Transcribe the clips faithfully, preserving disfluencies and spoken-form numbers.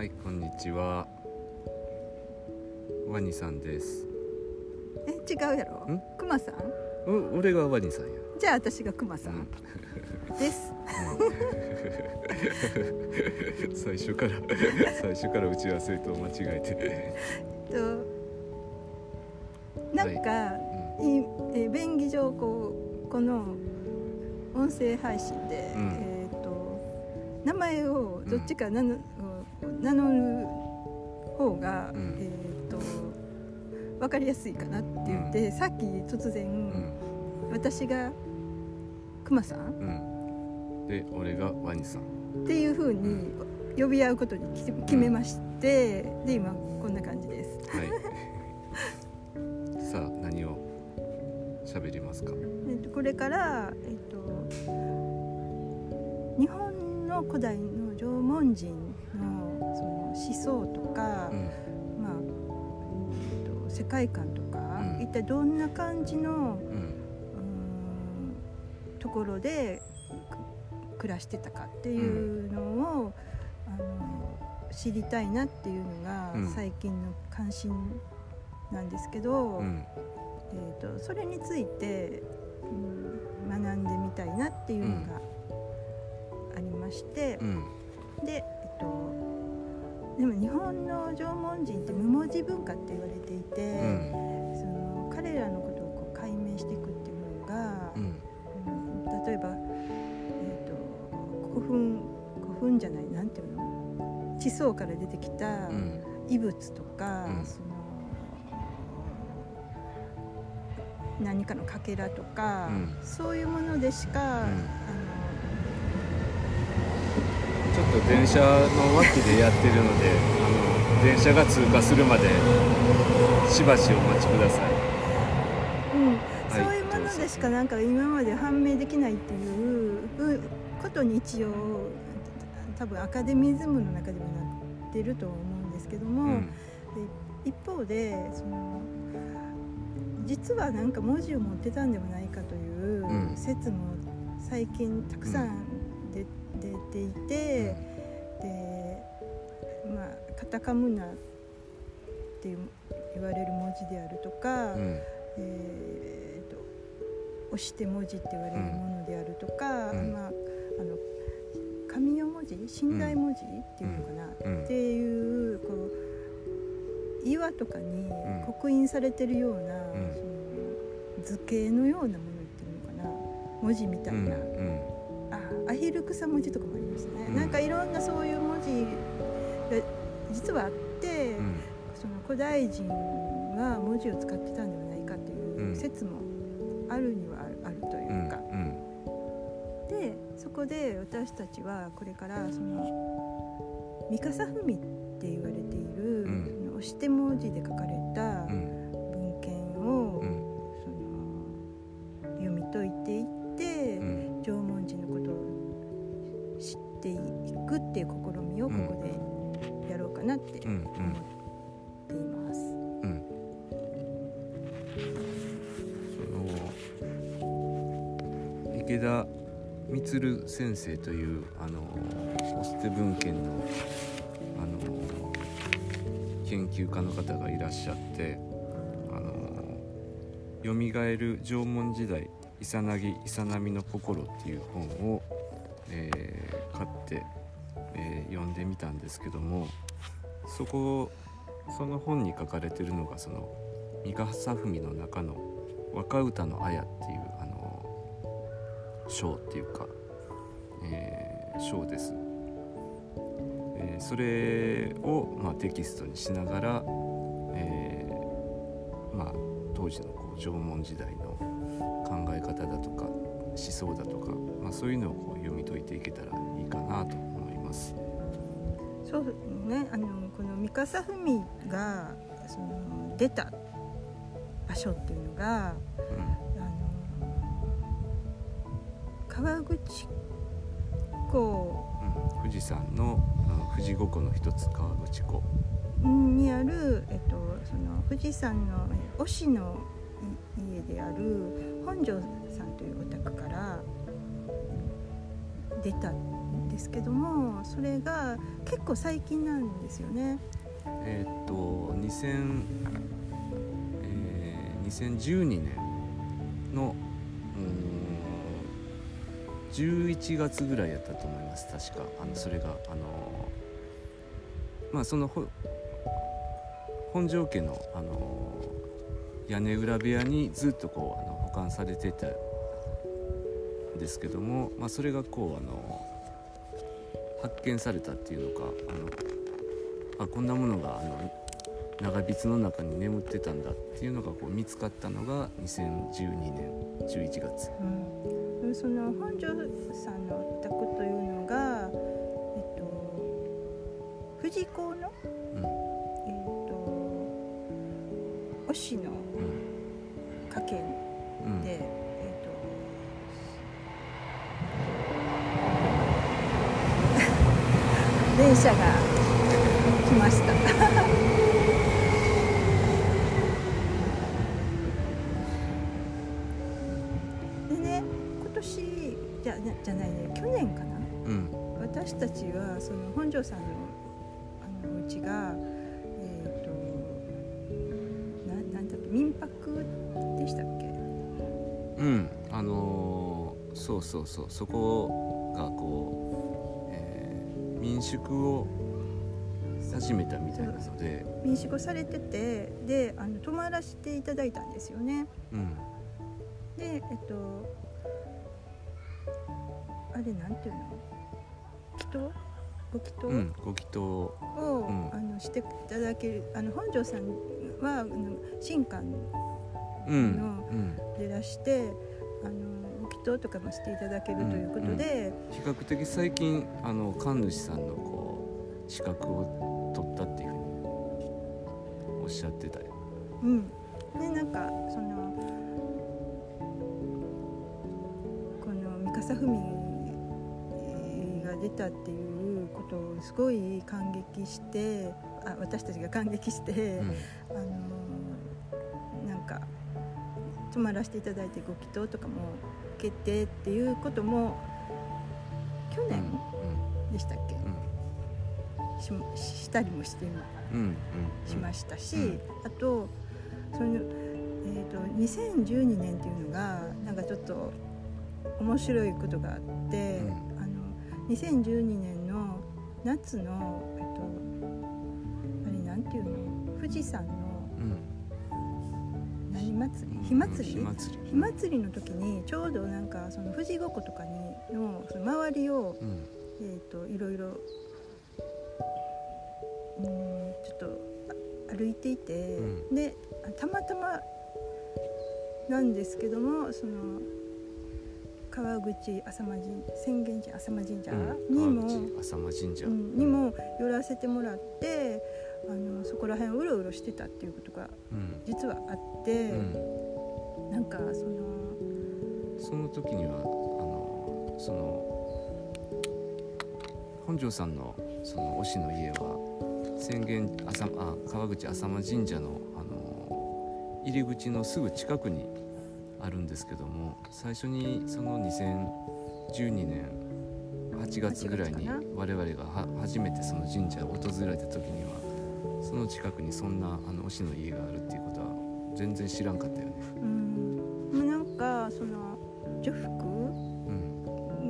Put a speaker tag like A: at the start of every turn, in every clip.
A: はい、こんにちは。ワニさんです。
B: え、違うやろ。クマさん。
A: う俺がワニさんや。
B: じゃあ私がクマさん、うん、です、
A: うん、最初から最初から打ち合わせと間違えて
B: となんか、はいうん、え便宜上こうこの音声配信で、うんえー、と名前をどっちか名乗、うん、名乗る方が、うんえー、と分かりやすいかなって言って、うん、さっき突然、うん私がクマさん、
A: うん、で俺がワニさん
B: っていう風に呼び合うことに決めまして、うん、で今こんな感じです、
A: はい、さあ何を喋りますか。
B: えっと、これから、えっと、日本の古代の縄文人 の, その思想とか、うんまあえっと、世界観とか、うん、一体どんな感じの、うんところで暮らしてたかっていうのを、うん、あの知りたいなっていうのが最近の関心なんですけど、うんえー、とそれについて、うん、学んでみたいなっていうのがありまして、うん、で、えっと、でも日本の縄文人って無文字文化って言われていて、うん、その彼らのことをこう解明していくっていうのが、うん例えば、えー、と古墳古墳じゃないなんていうの地層から出てきた遺物とか、うん、その何かのかけらとか、うん、そういうものでしか、うん、あの
A: ちょっと電車の脇でやってるのであの電車が通過するまでしばしお待ちください。
B: そういうものでしかなんか今まで判明できないっていうことに一応多分アカデミズムの中でもなってると思うんですけども、うん、で一方でその実はなんか文字を持ってたんではないかという説も最近たくさん出、うん、出ていて、うん、でまあカタカムナっていう言われる文字であるとか、うんえー押して文字って言われるものであるとか、うんまあ、あの紙代文字寝台文字っていうのかな、うん、っていう、こう岩とかに刻印されてるような、うん、その図形のようなものっていうのかな文字みたいな、うんうん、あアヒル草文字とかもありますね、うん、なんかいろんなそういう文字が実はあって、うん、その古代人は文字を使ってたんではないかという説もあるにはあるというか、うんうん、でそこで私たちはこれからその三笠文って言われている、うん、押して文字で書かれた文献を、うん、その読み解いていって、うん、縄文人のことを知っていくっていう試みをここでやろうかなって思っています、うんうん
A: 池田満先生というあの押して文献のあの研究家の方がいらっしゃってあのよみがえる縄文時代イサナギイサナミの心っていう本を、えー、買って、えー、読んでみたんですけどもそこその本に書かれているのがその三笠文の中の和歌歌のあやっていうあの章っていうか、えー、章です、えー、それを、まあ、テキストにしながら、えーまあ、当時のこう縄文時代の考え方だとか思想だとか、まあ、そういうのをこう読み解いていけたらいいかなと思います。
B: そうね、あのこの三笠文がその出た場所っていうのが、うん川口湖、
A: うん、富士山の、うん、富士五湖の一つ川口湖
B: にある、えっと、その富士山の忍しの家である本庄さんというお宅から出たんですけども、それが結構最近なんですよね。
A: えーっとにせん、えーにせんじゅうにねんのじゅういちがつぐらいやったと思います。確かあのそれがあのまあそのほ本庄家の、あの屋根裏部屋にずっとこうあの保管されてたんですけども、まあ、それがこうあの発見されたっていうのか、あのあこんなものがあの長筆の中に眠ってたんだっていうのがこう見つかったのがにせんじゅうにねんじゅういちがつ、
B: うん、その本庄さんのお宅というのが、えっと、富士港の、うん、えっと、忍野家系で、うん、えっと、電車が来ましたでね、今年じゃ、じゃないね、去年かな、うん、私たちはその本庄さんのあのうちが、えーと、な、なんだっけ、民泊でしたっけ？
A: うん、あのー、そうそうそう、そこがこう、えー、民宿を始めたみたいなので、
B: 民宿されてて、であの泊まらせていただいたんですよね。うん、で、えっとあれなんていうの、祈祷ご祈祷、うん、
A: ご祈祷
B: を、うん、あのしていただける、あの本庄さんはあの神官の、うん、でらして、あのご祈祷とかもしていただけるということで、
A: うんうん、比較的最近あの神主さんのこう資格を取ったっていうふうにおっしゃってたよ。
B: うん、でなんかそのこの三笠文が出たっていうことをすごい感激して、あ、私たちが感激して、うん、あのなんか泊まらせていただいてご祈祷とかも受けてっていうことも去年でしたっけ、うんうん、し, したりもして、うんうんうん、しましたし、うん、あとその、えーと、にせんじゅうにねんっていうのがなんかちょっと面白いことがあって、うん、あのにせんじゅうにねんの夏の、えっと、あれなんていうの、富士山の、うん、何祭り、火祭り、うん、火祭り、火祭りの時にちょうどなんかその富士五湖とかに の, その周りを、うん、えーといろいろうんちょっと歩いていて、うん、でたまたまなんですけども、その川口浅間神浅間神浅間神社にも、うん、
A: 浅間神社、
B: うん、にも寄らせてもらって、あのそこら辺をうろうろしてたっていうことが実はあって、うん、なんかその
A: その時にはあのその本庄さんのその推しの家は浅間浅あ川口浅間神社の、あの入り口のすぐ近くにあるんですけども、最初にそのにせんじゅうにねんはちがつぐらいに我々がは初めてその神社を訪れた時には、その近くにそんなあの推しの家があるっていうことは全然知らんかったよね。
B: うん、なんかその女服、うん、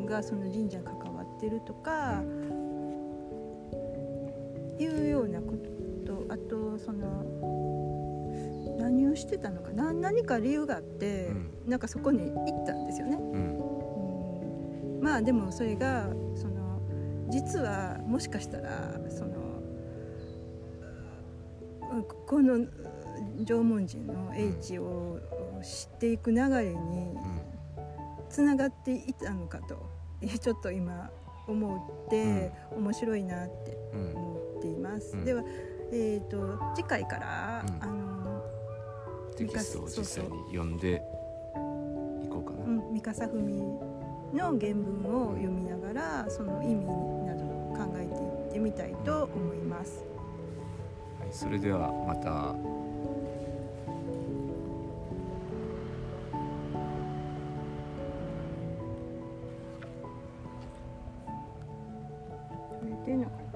B: がその神社に関わってるとか、うん、いうようなことと、あとその何をしてたのかな、何か理由があって、うん、なんかそこに行ったんですよね。うんうん、まあでもそれがその実はもしかしたらそのこの縄文人の英知を知っていく流れにつながっていたのかと、ちょっと今思って、うん、面白いなって思っています。うん、では、えーと、次回から、うん、あの
A: テキストを実際に読んでいこうかな。
B: うん、三笠文の原文を読みながら、その意味などを考えていってみたいと思います。
A: はい、それではまた。
B: ってんのかな。